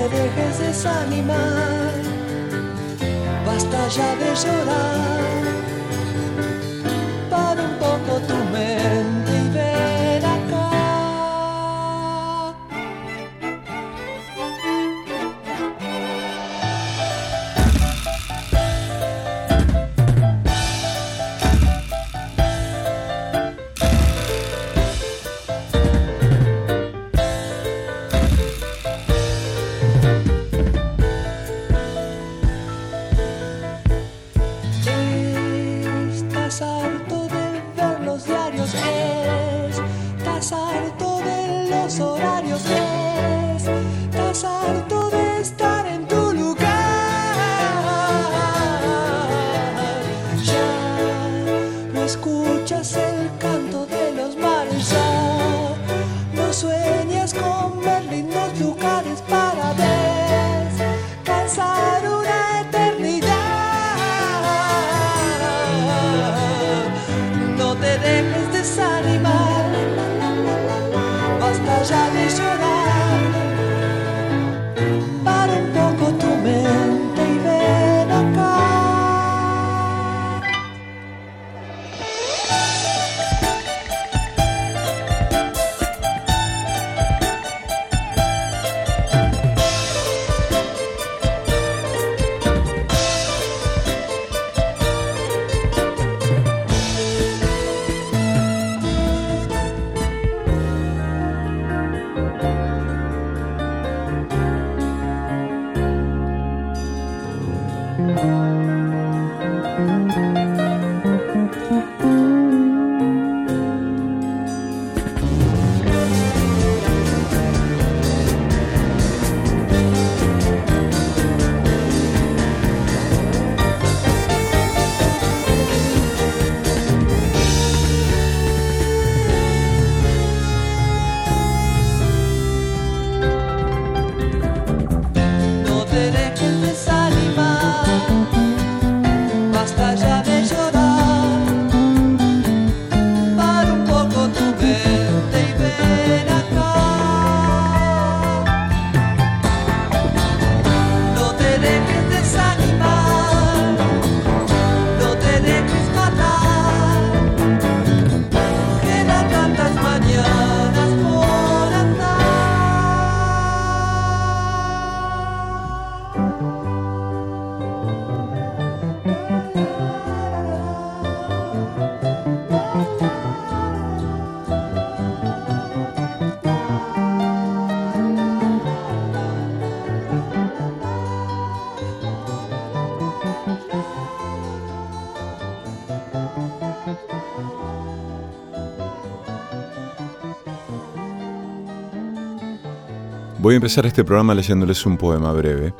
dejes desanimar, basta ya de llorar. Para un poco tu mente y ven acá. Horarios estás harto de estar en tu lugar. Ya no escuchas el canto de los mares, ya no sueñas con ver lindos lugares para descansar una eternidad. No te dejes desanimar, basta ya de llorar, para un poco tu mente y ven acá. Voy a empezar este programa leyéndoles un poema breve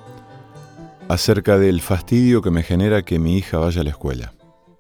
acerca del fastidio que me genera que mi hija vaya a la escuela.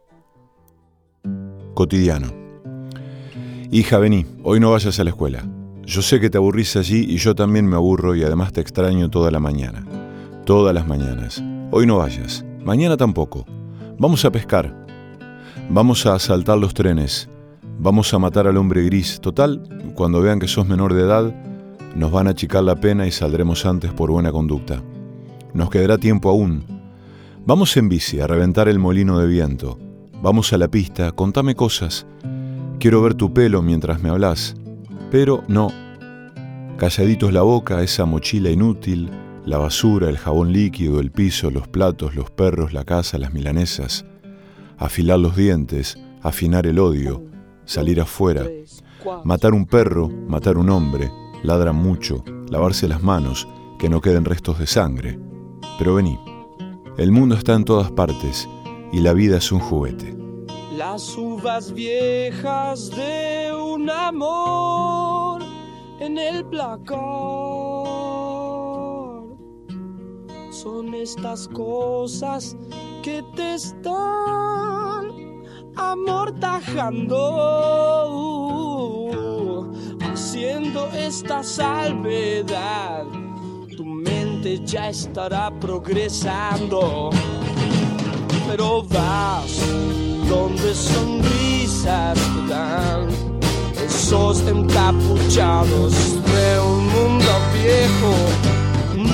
Cotidiano. Hija, vení, hoy no vayas a la escuela. Yo sé que te aburrís allí y yo también me aburro y además te extraño toda la mañana. Todas las mañanas. Hoy no vayas. Mañana tampoco. Vamos a pescar. Vamos a asaltar los trenes. Vamos a matar al hombre gris. Total, cuando vean que sos menor de edad, nos van a achicar la pena y saldremos antes por buena conducta. Nos quedará tiempo aún. Vamos en bici a reventar el molino de viento. Vamos a la pista, contame cosas. Quiero ver tu pelo mientras me hablas. Pero no. Calladitos la boca, esa mochila inútil, la basura, el jabón líquido, el piso, los platos, los perros, la casa, las milanesas. Afilar los dientes, afinar el odio, salir afuera. Matar un perro, matar un hombre. Ladran mucho, lavarse las manos, que no queden restos de sangre. Pero vení, el mundo está en todas partes y la vida es un juguete. Las uvas viejas de un amor en el placar son estas cosas que te están amortajando. Haciendo esta salvedad, tu mente ya estará progresando. Pero vas donde sonrisas te dan esos encapuchados de un mundo viejo.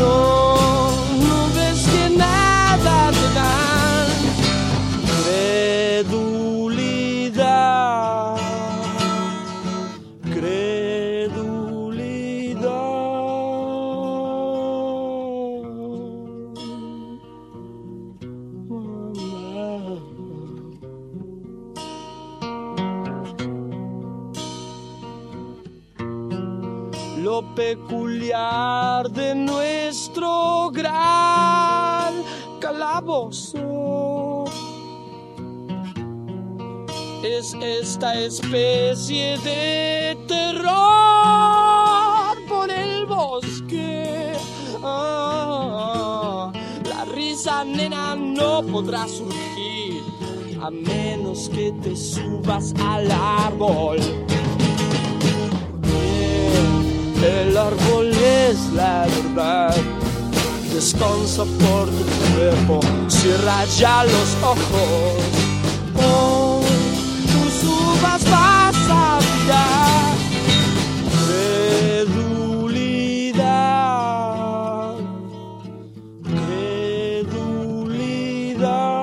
lo peculiar de nuestro gran calabozo es esta especie de terror por el bosque. La risa, nena, no podrá surgir a menos que te subas al árbol. El árbol es la verdad. Descansa por tu cuerpo, cierra ya los ojos. Con tus uvas vas a brillar. Credulidad, credulidad.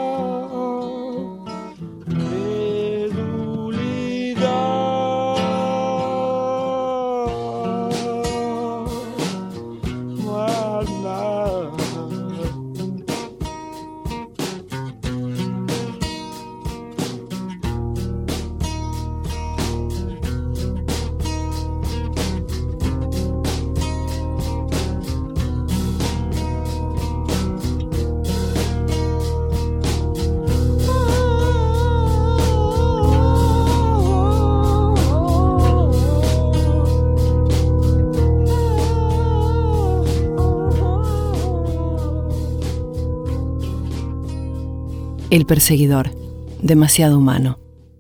El perseguidor, demasiado humano.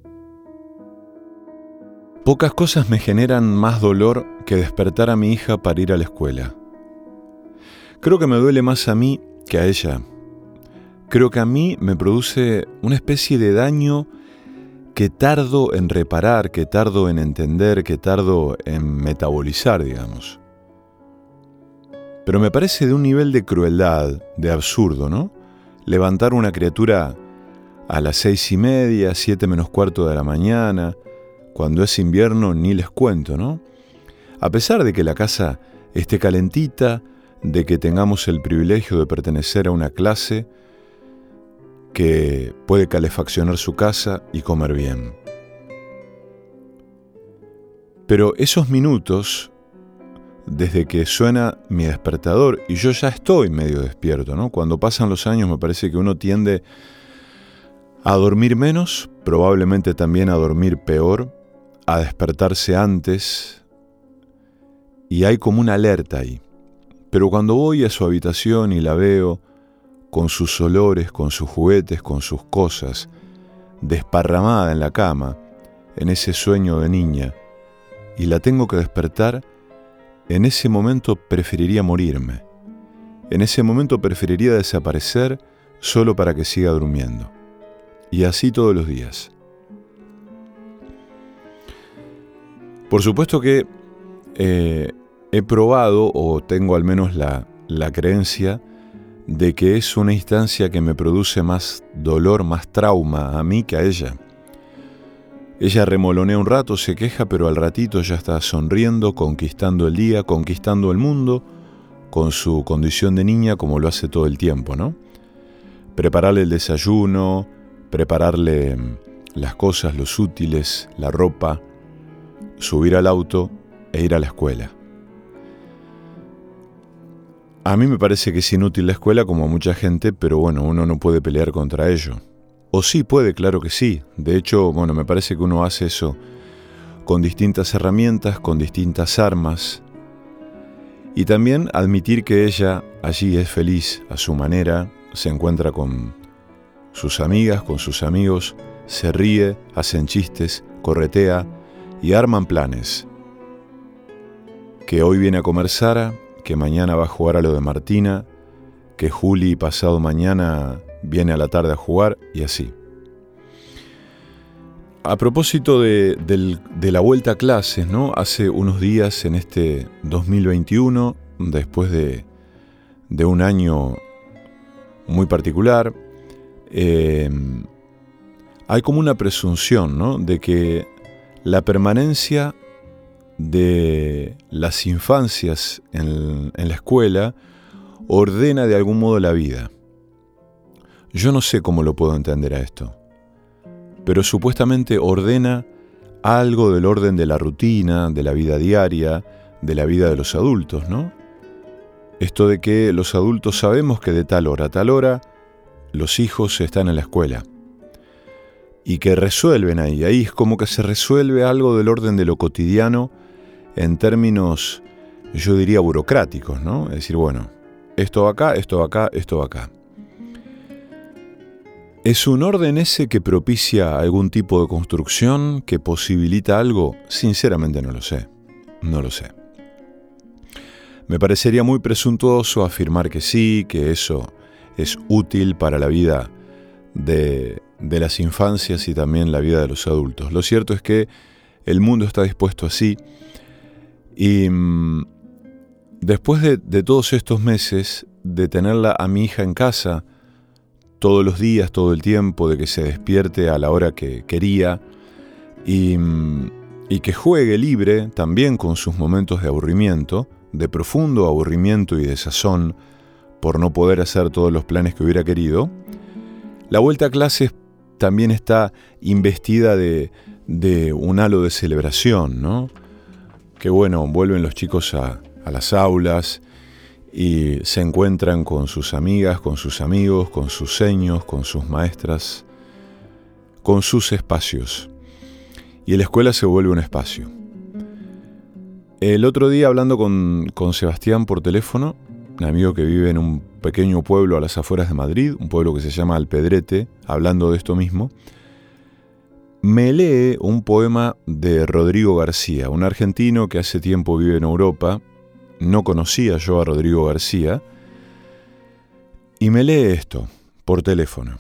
Pocas cosas me generan más dolor que despertar a mi hija para ir a la escuela. Creo que me duele más a mí que a ella. Creo que a mí me produce una especie de daño que tardo en reparar, que tardo en entender, que tardo en metabolizar, digamos. Pero me parece de un nivel de crueldad, de absurdo, ¿no? Levantar una criatura a las 6:30, 7 menos cuarto de la mañana, cuando es invierno ni les cuento, ¿no? A pesar de que la casa esté calentita, de que tengamos el privilegio de pertenecer a una clase que puede calefaccionar su casa y comer bien. Pero esos minutos, desde que suena mi despertador, y yo ya estoy medio despierto, ¿no? Cuando pasan los años me parece que uno tiende a dormir menos, probablemente también a dormir peor, a despertarse antes, y hay como una alerta ahí. Pero cuando voy a su habitación y la veo, con sus olores, con sus juguetes, con sus cosas, desparramada en la cama, en ese sueño de niña, y la tengo que despertar, en ese momento preferiría morirme. En ese momento preferiría desaparecer solo para que siga durmiendo. Y así todos los días. Por supuesto que he probado, o tengo al menos la creencia, de que es una instancia que me produce más dolor, más trauma a mí que a ella. Ella remolonea un rato, se queja, pero al ratito ya está sonriendo, conquistando el día, conquistando el mundo, con su condición de niña como lo hace todo el tiempo, ¿no? Prepararle el desayuno, prepararle las cosas, los útiles, la ropa, subir al auto e ir a la escuela. A mí me parece que es inútil la escuela como a mucha gente, pero bueno, uno no puede pelear contra ello. O sí puede, claro que sí. De hecho, bueno, me parece que uno hace eso con distintas herramientas, con distintas armas. Y también admitir que ella allí es feliz a su manera, se encuentra con sus amigas, con sus amigos, se ríe, hacen chistes, corretea y arman planes. Que hoy viene a comer Sara, que mañana va a jugar a lo de Martina, que Juli pasado mañana viene a la tarde a jugar y así. A propósito de la vuelta a clases, ¿no? Hace unos días en este 2021, después de un año muy particular, hay como una presunción, ¿no? De que la permanencia de las infancias en la escuela ordena de algún modo la vida. Yo no sé cómo lo puedo entender a esto, pero supuestamente ordena algo del orden de la rutina, de la vida diaria, de la vida de los adultos, ¿no? Esto de que los adultos sabemos que de tal hora a tal hora los hijos están en la escuela y que resuelven ahí es como que se resuelve algo del orden de lo cotidiano en términos, yo diría, burocráticos, ¿no? Es decir, bueno, esto va acá, esto va acá, esto va acá. ¿Es un orden ese que propicia algún tipo de construcción, que posibilita algo? Sinceramente no lo sé. No lo sé. Me parecería muy presuntuoso afirmar que sí, que eso es útil para la vida de las infancias y también la vida de los adultos. Lo cierto es que el mundo está dispuesto así y después de todos estos meses de tenerla a mi hija en casa todos los días, todo el tiempo, de que se despierte a la hora que quería y que juegue libre también con sus momentos de aburrimiento, de profundo aburrimiento y desazón por no poder hacer todos los planes que hubiera querido, la vuelta a clases también está investida de un halo de celebración, ¿no? Que bueno, vuelven los chicos a las aulas y se encuentran con sus amigas, con sus amigos, con sus seños, con sus maestras, con sus espacios. Y la escuela se vuelve un espacio. El otro día, hablando con Sebastián por teléfono, un amigo que vive en un pequeño pueblo a las afueras de Madrid, un pueblo que se llama Alpedrete, hablando de esto mismo, me lee un poema de Rodrigo García, un argentino que hace tiempo vive en Europa. No conocía yo a Rodrigo García, y me lee esto por teléfono.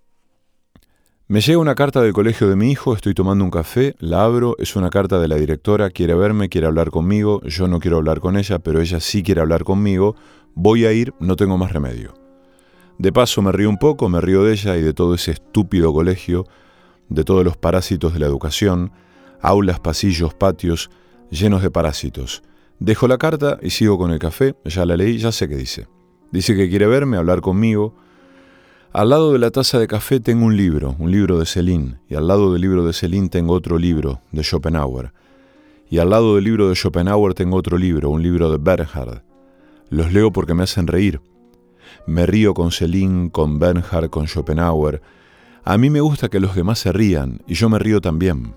Me llega una carta del colegio de mi hijo, estoy tomando un café, la abro, es una carta de la directora, quiere verme, quiere hablar conmigo, yo no quiero hablar con ella, pero ella sí quiere hablar conmigo, voy a ir, no tengo más remedio. De paso me río un poco, me río de ella y de todo ese estúpido colegio, de todos los parásitos de la educación, aulas, pasillos, patios, llenos de parásitos. Dejo la carta y sigo con el café, ya la leí, ya sé qué dice. Dice que quiere verme, hablar conmigo. Al lado de la taza de café tengo un libro de Céline, y al lado del libro de Céline tengo otro libro de Schopenhauer. Y al lado del libro de Schopenhauer tengo otro libro, un libro de Bernhard. Los leo porque me hacen reír. Me río con Céline, con Bernhard, con Schopenhauer. A mí me gusta que los demás se rían, y yo me río también.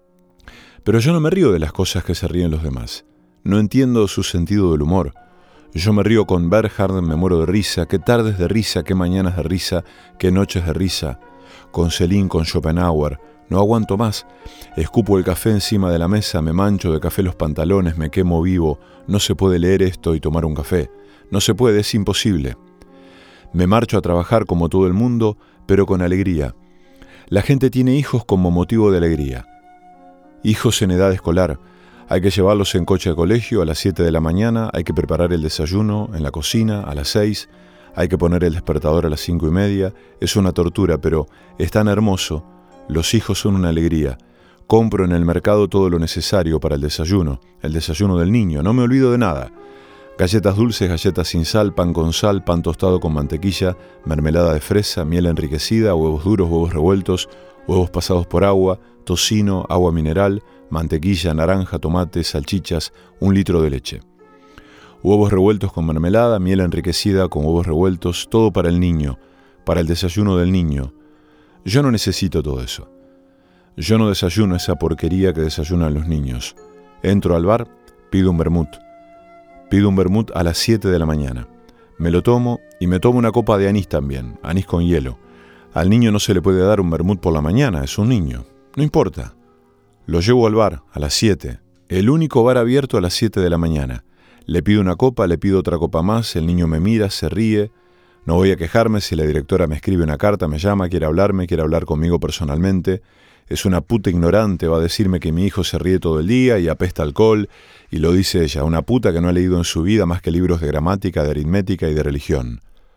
Pero yo no me río de las cosas que se ríen los demás. No entiendo su sentido del humor. Yo me río con Bernhard, me muero de risa, qué tardes de risa, qué mañanas de risa, qué noches de risa. Con Céline, con Schopenhauer, no aguanto más. Escupo el café encima de la mesa, me mancho de café los pantalones, me quemo vivo. No se puede leer esto y tomar un café. No se puede, es imposible. Me marcho a trabajar como todo el mundo, pero con alegría. La gente tiene hijos como motivo de alegría. Hijos en edad escolar. Hay que llevarlos en coche al colegio a las 7 de la mañana, hay que preparar el desayuno en la cocina a las 6, hay que poner el despertador a las 5:30. Es una tortura, pero es tan hermoso. Los hijos son una alegría. Compro en el mercado todo lo necesario para el desayuno del niño, no me olvido de nada. Galletas dulces, galletas sin sal, pan con sal, pan tostado con mantequilla, mermelada de fresa, miel enriquecida, huevos duros, huevos revueltos, huevos pasados por agua, tocino, agua mineral, mantequilla, naranja, tomate, salchichas, 1 litro de leche. Huevos revueltos con mermelada, miel enriquecida con huevos revueltos, todo para el niño, para el desayuno del niño. Yo no necesito todo eso. Yo no desayuno esa porquería que desayunan los niños. Entro al bar, pido un vermut. Pido un vermut a las 7 de la mañana. Me lo tomo y me tomo una copa de anís también, anís con hielo. Al niño no se le puede dar un vermut por la mañana, es un niño. No importa. Lo llevo al bar a las 7, el único bar abierto a las 7 de la mañana. Le pido una copa, le pido otra copa más, el niño me mira, se ríe. No voy a quejarme si la directora me escribe una carta, me llama, quiere hablar conmigo personalmente. Es una puta ignorante, va a decirme que mi hijo se ríe todo el día y apesta alcohol, y lo dice ella, una puta que no ha leído en su vida más que libros de gramática, de aritmética y de religión.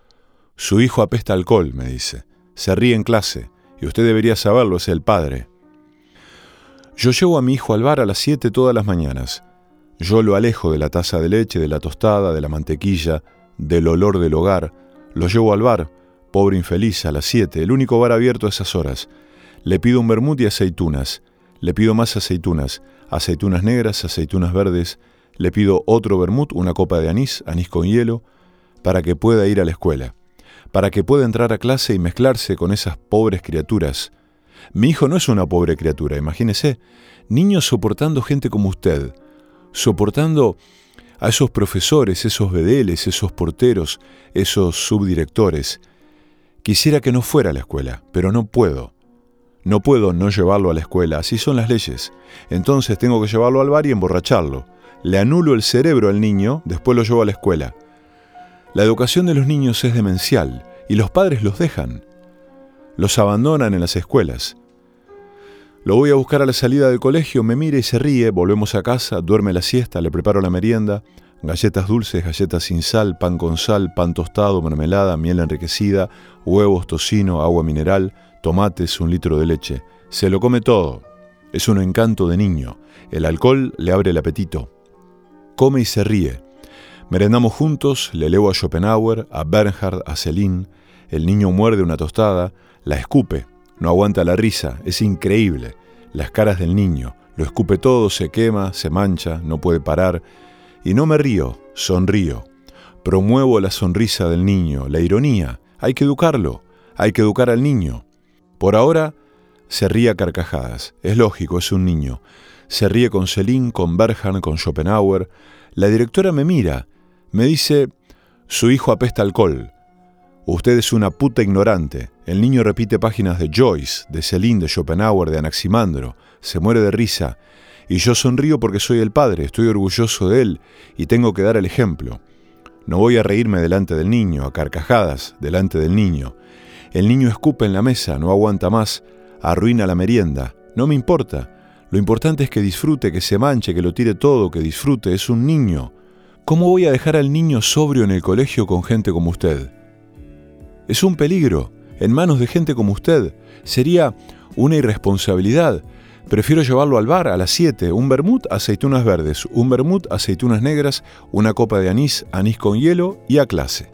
Su hijo apesta alcohol, me dice. Se ríe en clase, y usted debería saberlo, es el padre. Yo llevo a mi hijo al bar a las 7 todas las mañanas. Yo lo alejo de la taza de leche, de la tostada, de la mantequilla, del olor del hogar. Lo llevo al bar, pobre infeliz, a las 7, el único bar abierto a esas horas. Le pido un vermut y aceitunas. Le pido más aceitunas. Aceitunas negras, aceitunas verdes. Le pido otro vermut, una copa de anís, anís con hielo, para que pueda ir a la escuela, para que pueda entrar a clase y mezclarse con esas pobres criaturas. Mi hijo no es una pobre criatura, imagínese, niños soportando gente como usted, soportando a esos profesores, esos bedeles, esos porteros, esos subdirectores. Quisiera que no fuera a la escuela, pero no puedo. No puedo no llevarlo a la escuela, así son las leyes. Entonces tengo que llevarlo al bar y emborracharlo. Le anulo el cerebro al niño, después lo llevo a la escuela. La educación de los niños es demencial y los padres los dejan. Los abandonan en las escuelas. Lo voy a buscar a la salida del colegio, me mira y se ríe, volvemos a casa, duerme la siesta, le preparo la merienda, galletas dulces, galletas sin sal, pan con sal, pan tostado, mermelada, miel enriquecida, huevos, tocino, agua mineral, tomates, 1 litro de leche. Se lo come todo. Es un encanto de niño. El alcohol le abre el apetito. Come y se ríe. Merendamos juntos, le leo a Schopenhauer, a Bernhard, a Céline. El niño muerde una tostada, la escupe. No aguanta la risa, es increíble. Las caras del niño, lo escupe todo, se quema, se mancha, no puede parar. Y no me río, sonrío. Promuevo la sonrisa del niño, la ironía. Hay que educarlo, hay que educar al niño. Por ahora, se ríe a carcajadas. Es lógico, es un niño. Se ríe con Céline, con Bernhard, con Schopenhauer. La directora me mira, me dice, su hijo apesta alcohol. Usted es una puta ignorante. El niño repite páginas de Joyce, de Céline, de Schopenhauer, de Anaximandro. Se muere de risa. Y yo sonrío porque soy el padre, estoy orgulloso de él y tengo que dar el ejemplo. No voy a reírme delante del niño, a carcajadas delante del niño. El niño escupe en la mesa, no aguanta más, arruina la merienda. No me importa. Lo importante es que disfrute, que se manche, que lo tire todo, que disfrute. Es un niño. ¿Cómo voy a dejar al niño sobrio en el colegio con gente como usted? Es un peligro, en manos de gente como usted. Sería una irresponsabilidad. Prefiero llevarlo al bar a las 7, un vermut, aceitunas verdes, un vermut, aceitunas negras, una copa de anís, anís con hielo y a clase.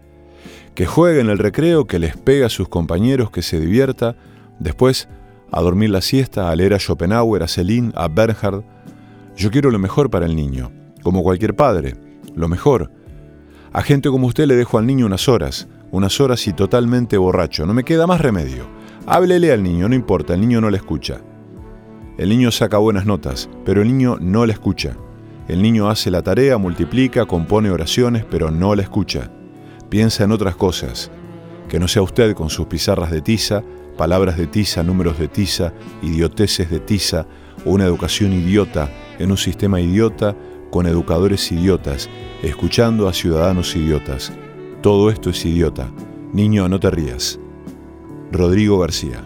Que juegue en el recreo, que les pegue a sus compañeros, que se divierta. Después, a dormir la siesta, a leer a Schopenhauer, a Céline, a Bernhard. Yo quiero lo mejor para el niño, como cualquier padre, lo mejor. A gente como usted le dejo al niño unas horas y totalmente borracho, no me queda más remedio. Háblele al niño, no importa, el niño no le escucha. El niño saca buenas notas, pero el niño no le escucha. El niño hace la tarea, multiplica, compone oraciones, pero no la escucha. Piensa en otras cosas. Que no sea usted con sus pizarras de tiza, palabras de tiza, números de tiza, idioteces de tiza, o una educación idiota en un sistema idiota con educadores idiotas, escuchando a ciudadanos idiotas. Todo esto es idiota. Niño, no te rías. Rodrigo García.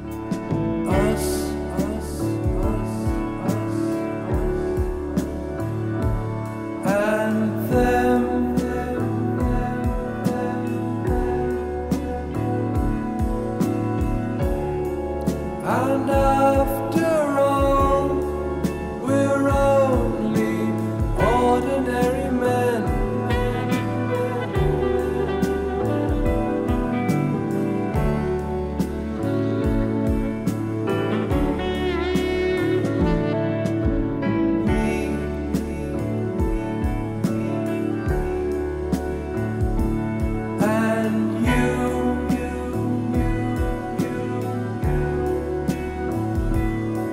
And after all, we're only ordinary men. And you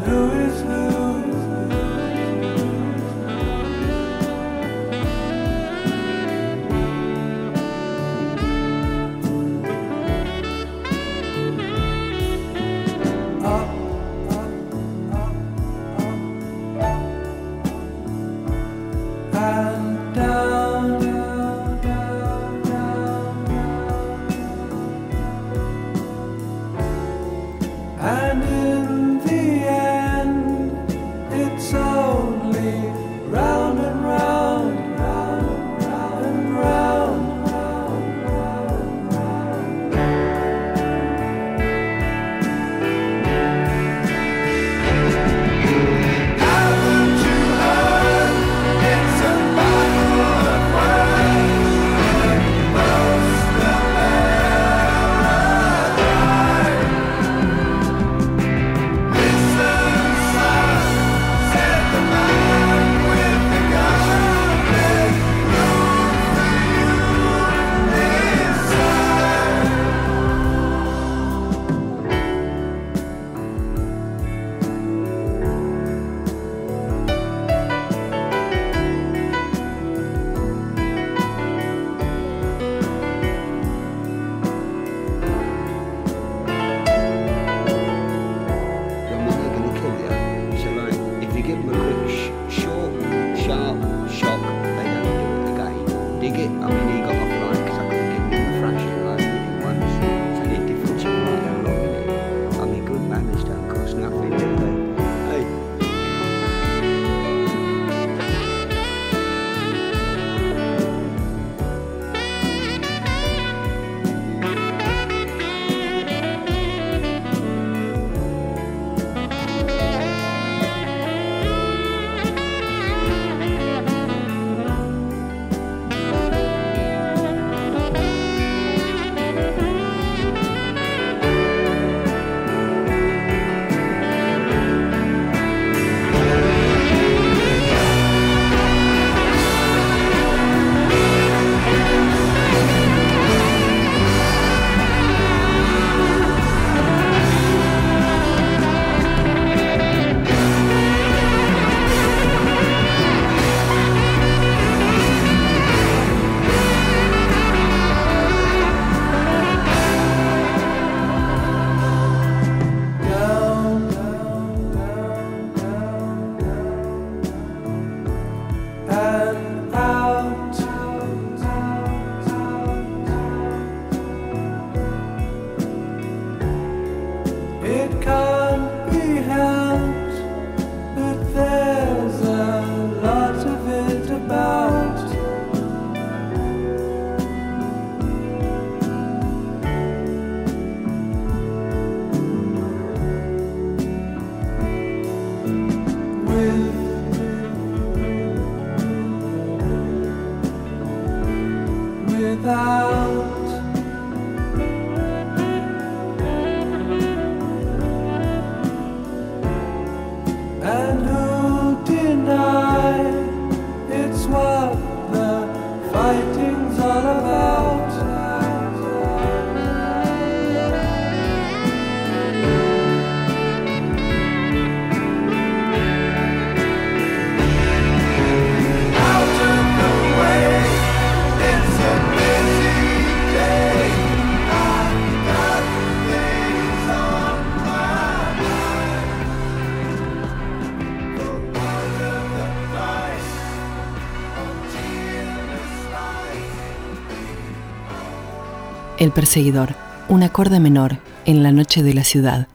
El perseguidor, un acorde menor en la noche de la ciudad.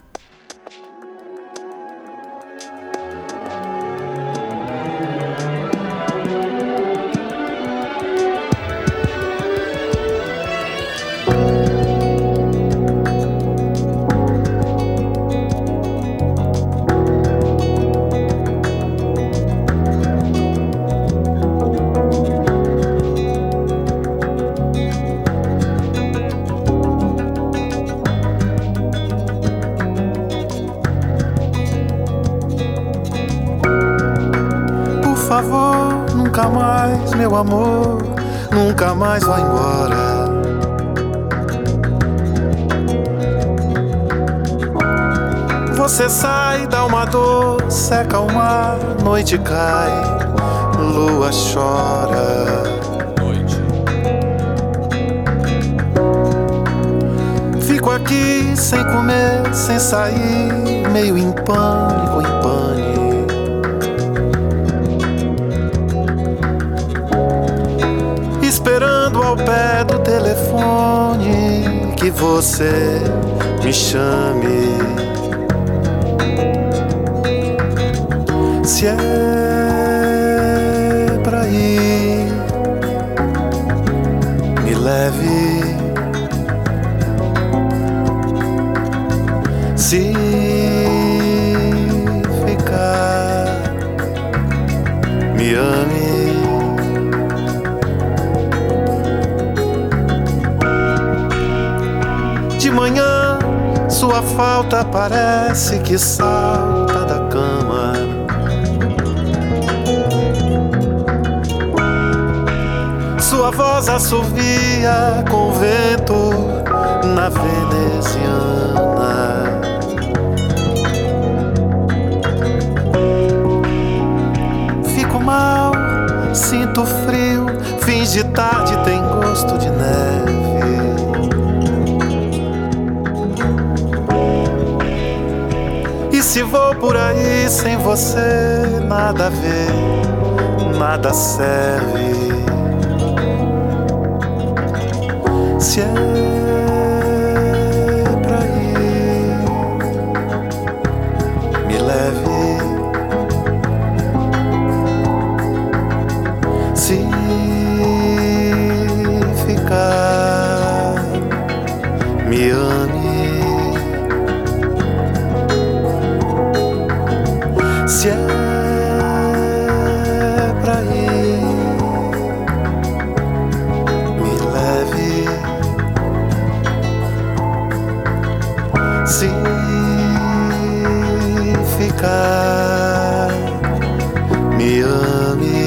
Meu amor, nunca mais vai embora. Você sai, dá uma dor, seca o mar, noite cai, lua chora. Fico aqui sem comer, sem sair, meio em pânico, em pânico. Esperando ao pé do telefone que você me chame. Se é pra ir, me leve. Se ficar, me ame. De manhã, sua falta parece que salta da cama. Sua voz assovia com o vento na veneziana. Fico mal, sinto frio, fins de tarde tem gosto de neve. E se vou por aí sem você, nada a ver, nada serve. Se é pra ir, me leve. Se ficar, me ame. Se é pra ir, me leve. Se ficar, me ame.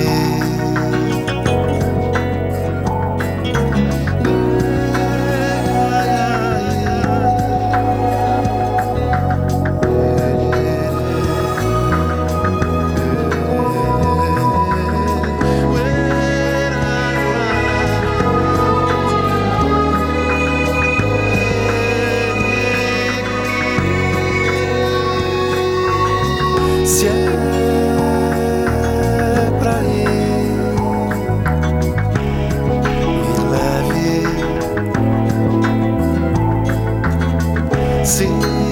Se é pra ir, me leve. Se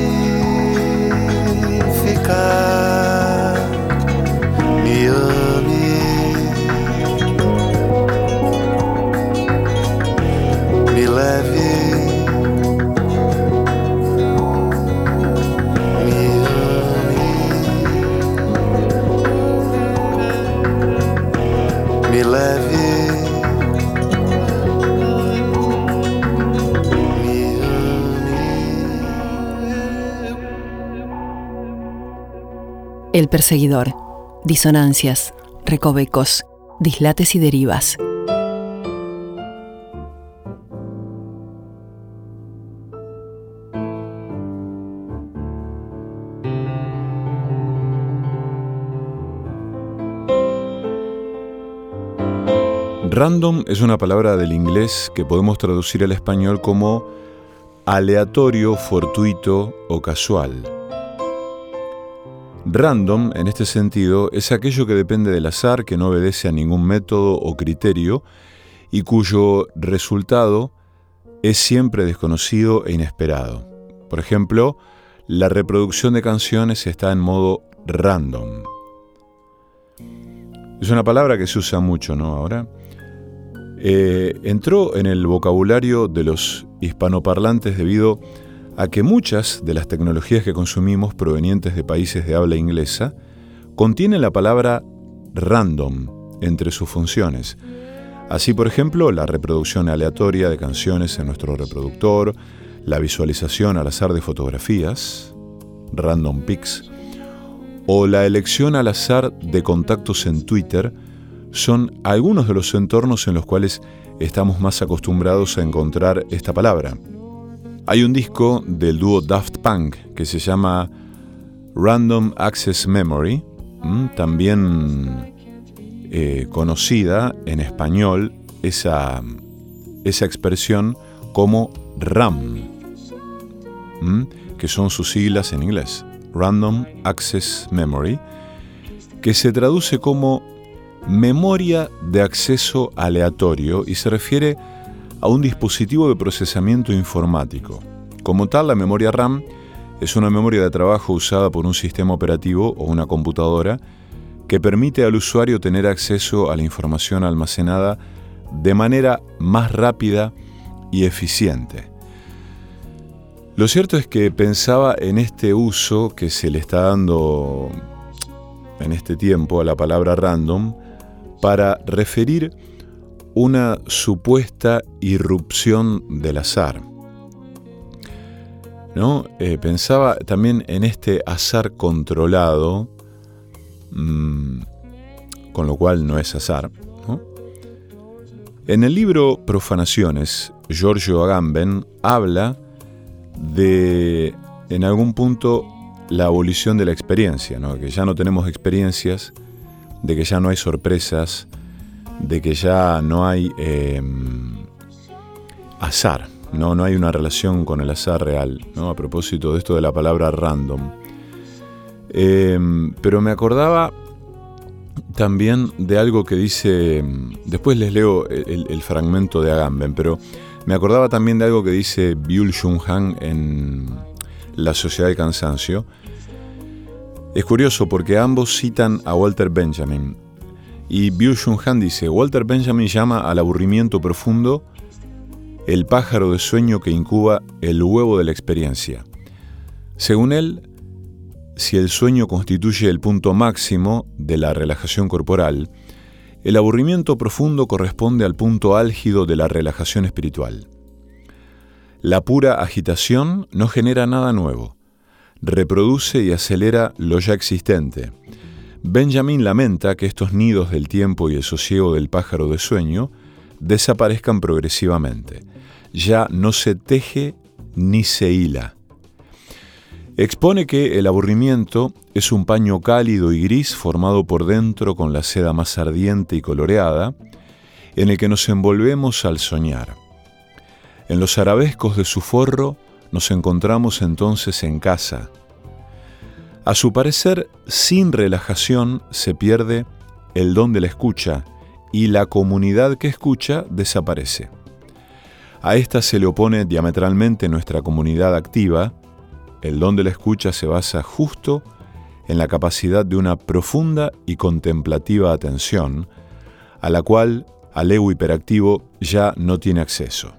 ficar, me ame. Me leve. Me leve, me ame. El perseguidor. Disonancias, recovecos, dislates y derivas. Random es una palabra del inglés que podemos traducir al español como aleatorio, fortuito o casual. Random, en este sentido, es aquello que depende del azar, que no obedece a ningún método o criterio y cuyo resultado es siempre desconocido e inesperado. Por ejemplo, la reproducción de canciones está en modo random. Es una palabra que se usa mucho, ¿no? Ahora entró en el vocabulario de los hispanoparlantes debido a que muchas de las tecnologías que consumimos provenientes de países de habla inglesa contienen la palabra random entre sus funciones. Así, por ejemplo, la reproducción aleatoria de canciones en nuestro reproductor, la visualización al azar de fotografías, random pics, o la elección al azar de contactos en Twitter son algunos de los entornos en los cuales estamos más acostumbrados a encontrar esta palabra. Hay un disco del dúo Daft Punk que se llama Random Access Memory, también conocida en español esa expresión como RAM, que son sus siglas en inglés, Random Access Memory, que se traduce como memoria de acceso aleatorio y se refiere a un dispositivo de procesamiento informático. Como tal, la memoria RAM es una memoria de trabajo usada por un sistema operativo o una computadora que permite al usuario tener acceso a la información almacenada de manera más rápida y eficiente. Lo cierto es que pensaba en este uso que se le está dando en este tiempo a la palabra random para referir una supuesta irrupción del azar, ¿no? Pensaba también en este azar controlado, con lo cual no es azar, ¿no? En el libro Profanaciones, Giorgio Agamben habla de, en algún punto, la abolición de la experiencia, ¿no? Que ya no tenemos experiencias, de que ya no hay sorpresas, de que ya no hay azar, no hay una relación con el azar real, ¿no? A propósito de esto de la palabra random. Pero me acordaba también de algo que dice, después les leo el fragmento de Agamben, pero me acordaba también de algo que dice Byung-Chul Han en La Sociedad del Cansancio. Es curioso porque ambos citan a Walter Benjamin. Y Byung-Chul Han dice, Walter Benjamin llama al aburrimiento profundo el pájaro de sueño que incuba el huevo de la experiencia. Según él, si el sueño constituye el punto máximo de la relajación corporal, el aburrimiento profundo corresponde al punto álgido de la relajación espiritual. La pura agitación no genera nada nuevo, reproduce y acelera lo ya existente. Benjamin lamenta que estos nidos del tiempo y el sosiego del pájaro de sueño desaparezcan progresivamente. Ya no se teje ni se hila. Expone que el aburrimiento es un paño cálido y gris formado por dentro con la seda más ardiente y coloreada, en el que nos envolvemos al soñar. En los arabescos de su forro nos encontramos entonces en casa. A su parecer, sin relajación se pierde el don de la escucha y la comunidad que escucha desaparece. A esta se le opone diametralmente nuestra comunidad activa. El don de la escucha se basa justo en la capacidad de una profunda y contemplativa atención, a la cual el ego hiperactivo ya no tiene acceso.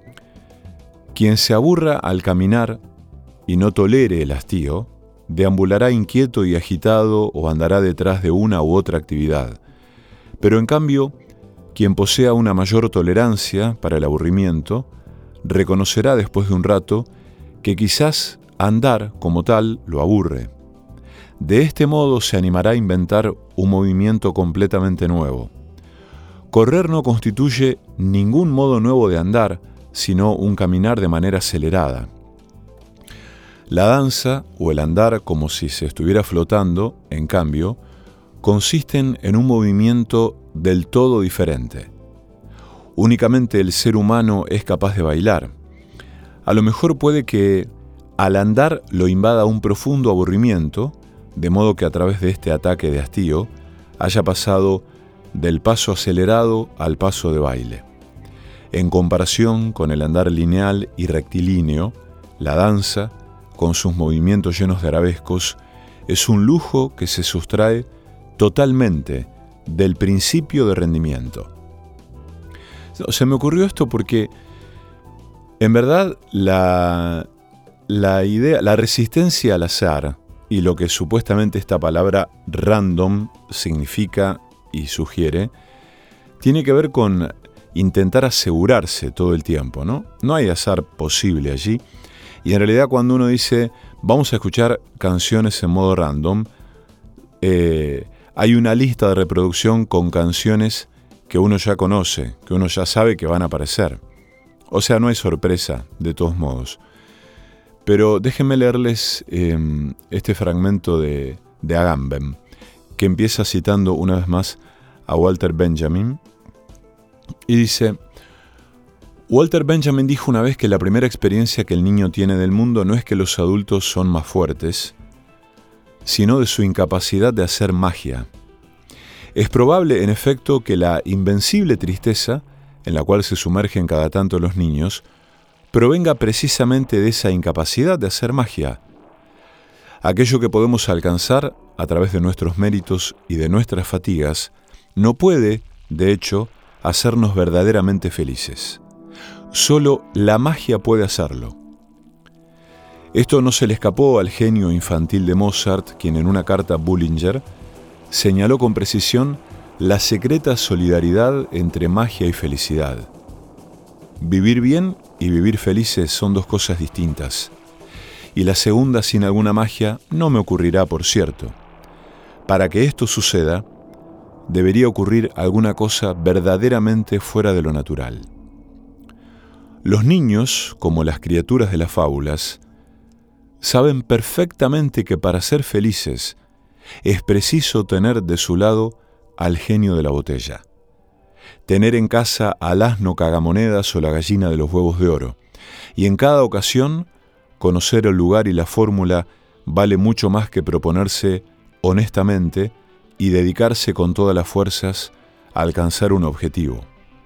Quien se aburra al caminar y no tolere el hastío, deambulará inquieto y agitado o andará detrás de una u otra actividad. Pero en cambio, quien posea una mayor tolerancia para el aburrimiento, reconocerá después de un rato que quizás andar como tal lo aburre. De este modo se animará a inventar un movimiento completamente nuevo. Correr no constituye ningún modo nuevo de andar, sino un caminar de manera acelerada. La danza o el andar como si se estuviera flotando, en cambio, consisten en un movimiento del todo diferente. Únicamente el ser humano es capaz de bailar. A lo mejor puede que al andar lo invada un profundo aburrimiento, de modo que a través de este ataque de hastío haya pasado del paso acelerado al paso de baile. En comparación con el andar lineal y rectilíneo, la danza, con sus movimientos llenos de arabescos, es un lujo que se sustrae totalmente del principio de rendimiento. Se me ocurrió esto porque, en verdad, la resistencia al azar y lo que supuestamente esta palabra random significa y sugiere, tiene que ver con intentar asegurarse todo el tiempo, ¿no? No hay azar posible allí. Y en realidad cuando uno dice, vamos a escuchar canciones en modo random, hay una lista de reproducción con canciones que uno ya conoce, que uno ya sabe que van a aparecer. O sea, no hay sorpresa, de todos modos. Pero déjenme leerles este fragmento de Agamben, que empieza citando una vez más a Walter Benjamin, y dice: Walter Benjamin dijo una vez que la primera experiencia que el niño tiene del mundo no es que los adultos son más fuertes, sino de su incapacidad de hacer magia. Es probable, en efecto, que la invencible tristeza en la cual se sumergen cada tanto los niños provenga precisamente de esa incapacidad de hacer magia. Aquello que podemos alcanzar a través de nuestros méritos y de nuestras fatigas no puede, de hecho, hacernos verdaderamente felices. Solo la magia puede hacerlo. Esto no se le escapó al genio infantil de Mozart, quien en una carta a Bullinger señaló con precisión la secreta solidaridad entre magia y felicidad. Vivir bien y vivir felices son dos cosas distintas, y la segunda sin alguna magia no me ocurrirá, por cierto. Para que esto suceda, debería ocurrir alguna cosa verdaderamente fuera de lo natural. Los niños, como las criaturas de las fábulas, saben perfectamente que para ser felices es preciso tener de su lado al genio de la botella. Tener en casa al asno cagamonedas o la gallina de los huevos de oro. Y en cada ocasión, conocer el lugar y la fórmula vale mucho más que proponerse honestamente y dedicarse con todas las fuerzas a alcanzar un objetivo.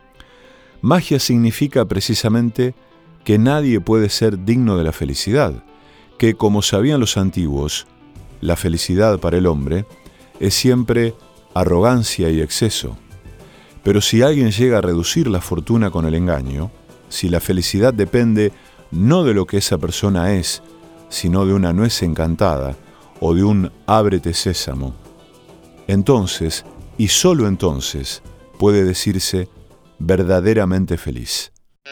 Magia significa precisamente que nadie puede ser digno de la felicidad, que, como sabían los antiguos, la felicidad para el hombre es siempre arrogancia y exceso. Pero si alguien llega a reducir la fortuna con el engaño, si la felicidad depende no de lo que esa persona es, sino de una nuez encantada o de un ábrete sésamo, entonces, y solo entonces, puede decirse verdaderamente feliz.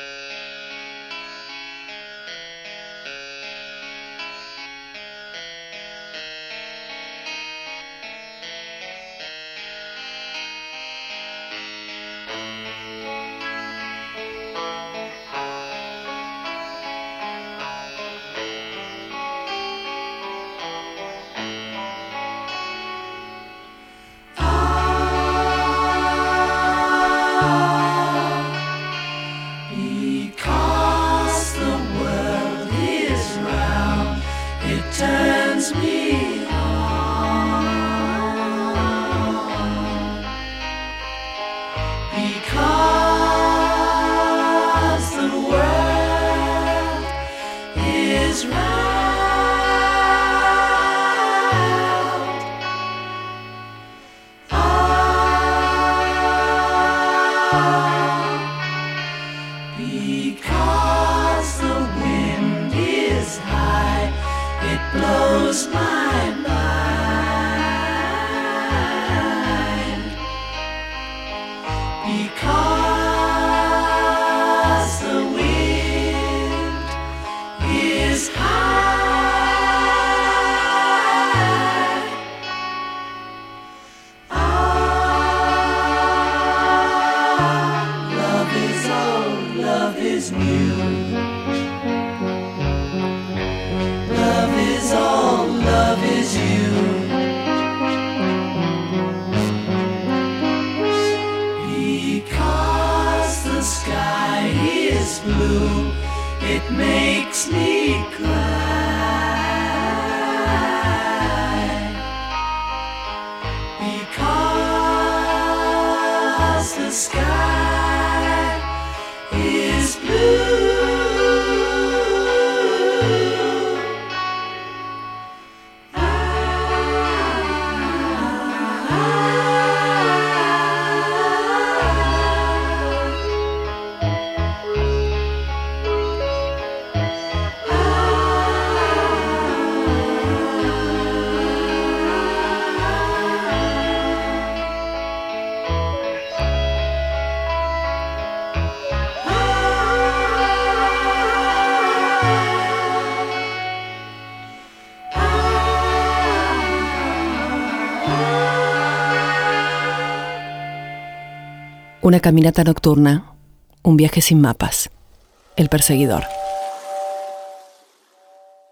Una caminata nocturna, un viaje sin mapas, el perseguidor.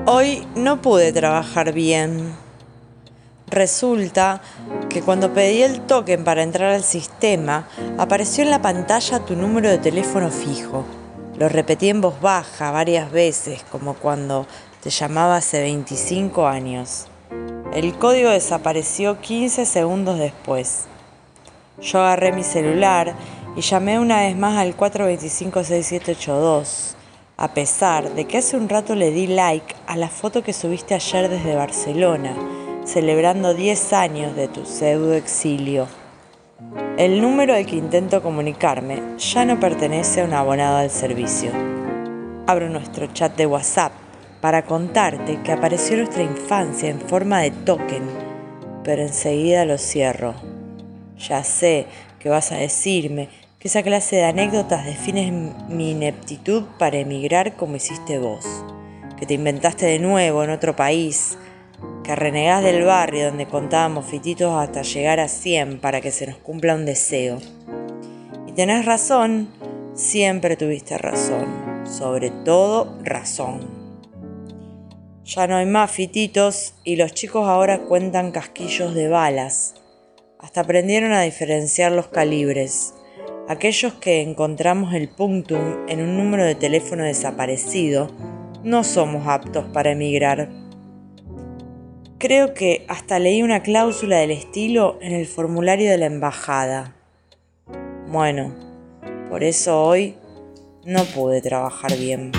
Hoy no pude trabajar bien. Resulta que cuando pedí el token para entrar al sistema, apareció en la pantalla tu número de teléfono fijo. Lo repetí en voz baja varias veces, como cuando te llamaba hace 25 años. El código desapareció 15 segundos después. Yo agarré mi celular y llamé una vez más al 425-6782, a pesar de que hace un rato le di like a la foto que subiste ayer desde Barcelona, celebrando 10 años de tu pseudo-exilio. El número al que intento comunicarme ya no pertenece a un abonado al servicio. Abro nuestro chat de WhatsApp para contarte que apareció nuestra infancia en forma de token, pero enseguida lo cierro. Ya sé que vas a decirme que esa clase de anécdotas define mi ineptitud para emigrar como hiciste vos, que te inventaste de nuevo en otro país, que renegás del barrio donde contábamos fititos hasta llegar a 100 para que se nos cumpla un deseo. Y tenés razón, siempre tuviste razón, sobre todo razón. Ya no hay más fititos y los chicos ahora cuentan casquillos de balas. Hasta aprendieron a diferenciar los calibres. Aquellos que encontramos el punctum en un número de teléfono desaparecido, no somos aptos para emigrar. Creo que hasta leí una cláusula del estilo en el formulario de la embajada. Bueno, por eso hoy no pude trabajar bien.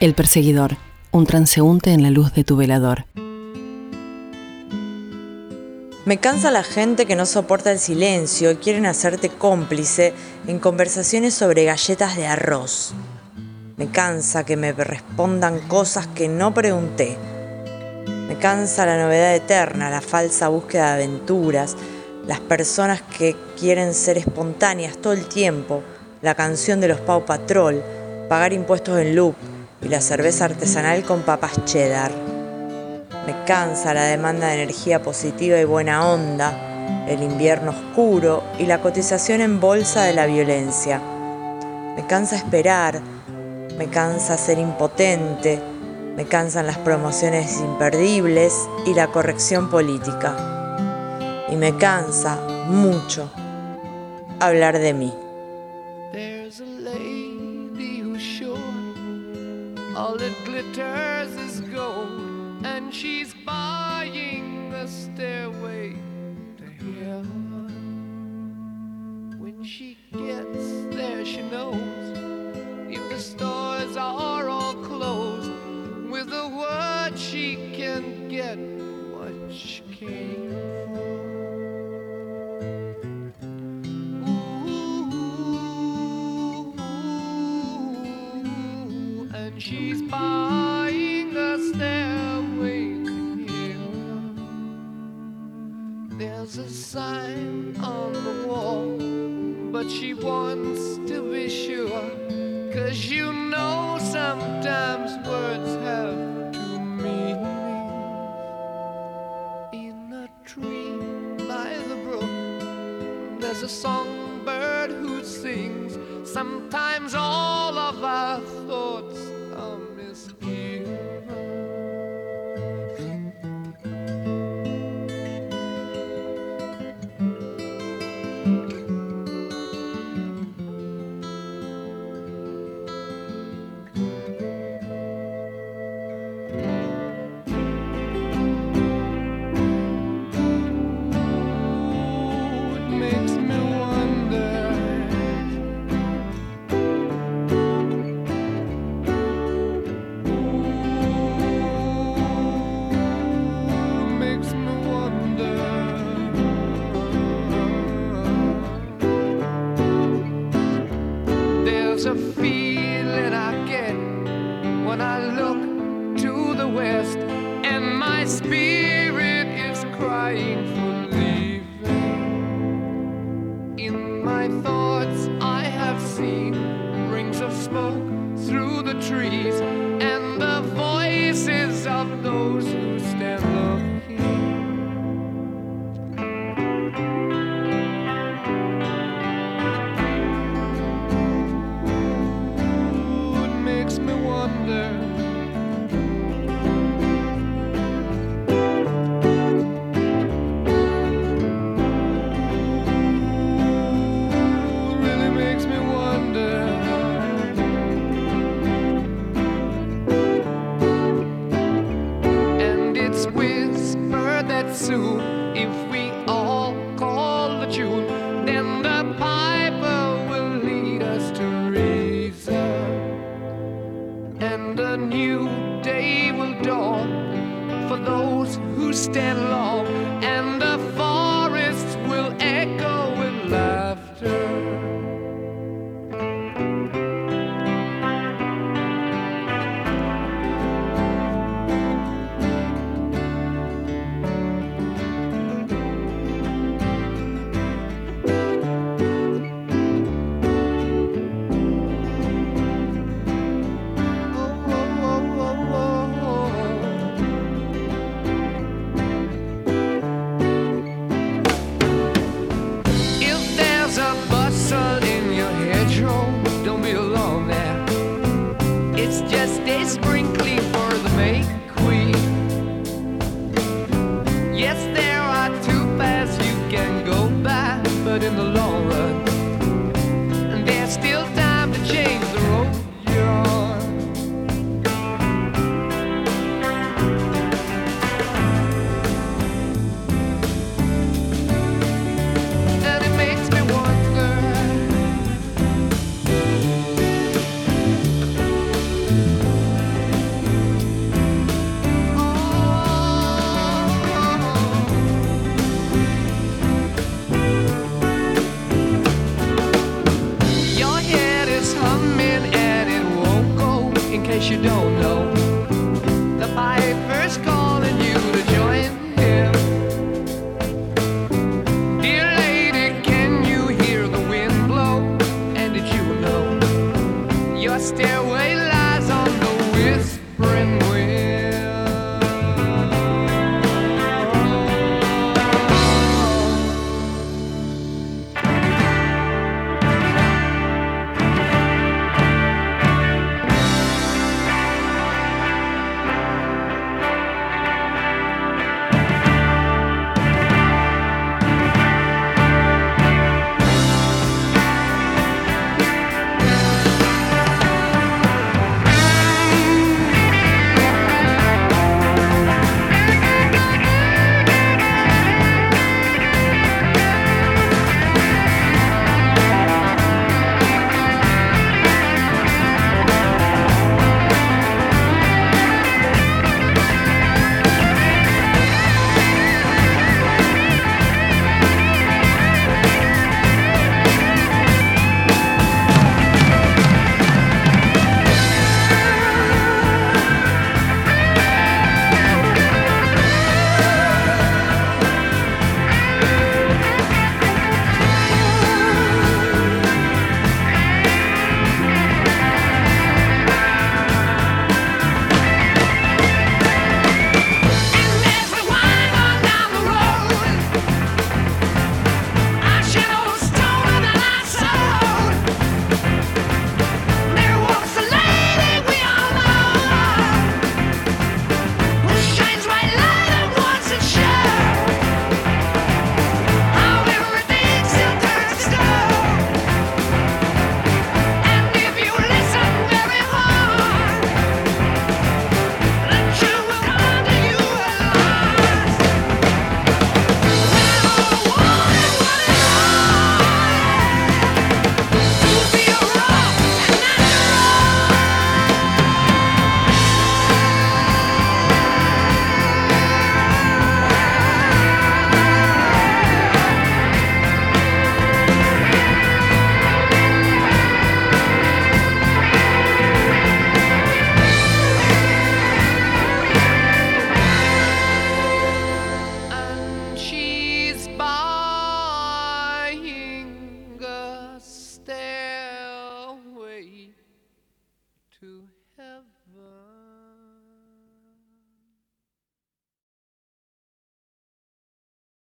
El perseguidor, un transeúnte en la luz de tu velador. Me cansa la gente que no soporta el silencio y quieren hacerte cómplice en conversaciones sobre galletas de arroz. Me cansa que me respondan cosas que no pregunté. Me cansa la novedad eterna, la falsa búsqueda de aventuras, las personas que quieren ser espontáneas todo el tiempo, la canción de los Paw Patrol, pagar impuestos en loop y la cerveza artesanal con papas cheddar. Me cansa la demanda de energía positiva y buena onda, el invierno oscuro y la cotización en bolsa de la violencia. Me cansa esperar, me cansa ser impotente, me cansan las promociones imperdibles y la corrección política. Y me cansa mucho hablar de mí. There's a lady who's sure all that glitters is gold, and she's buying a stairway to heaven. When she gets there, she knows if the stores are all closed, with a word she can get what she came for. And she's buying a stairway to heaven. There's a sign on the wall, but she wants to be sure, 'cause you know sometimes words have two meanings. In a tree by the brook, there's a songbird who sings. Sometimes all of our thoughts are misgiven. There's a feeling I get when I look to the west, and my spirit is crying for leaving. In my thoughts I have seen rings of smoke through the trees, and the voices of those who stand looking. If we all call the tune, then the piper will lead us to reason, and a new day will dawn for those who stand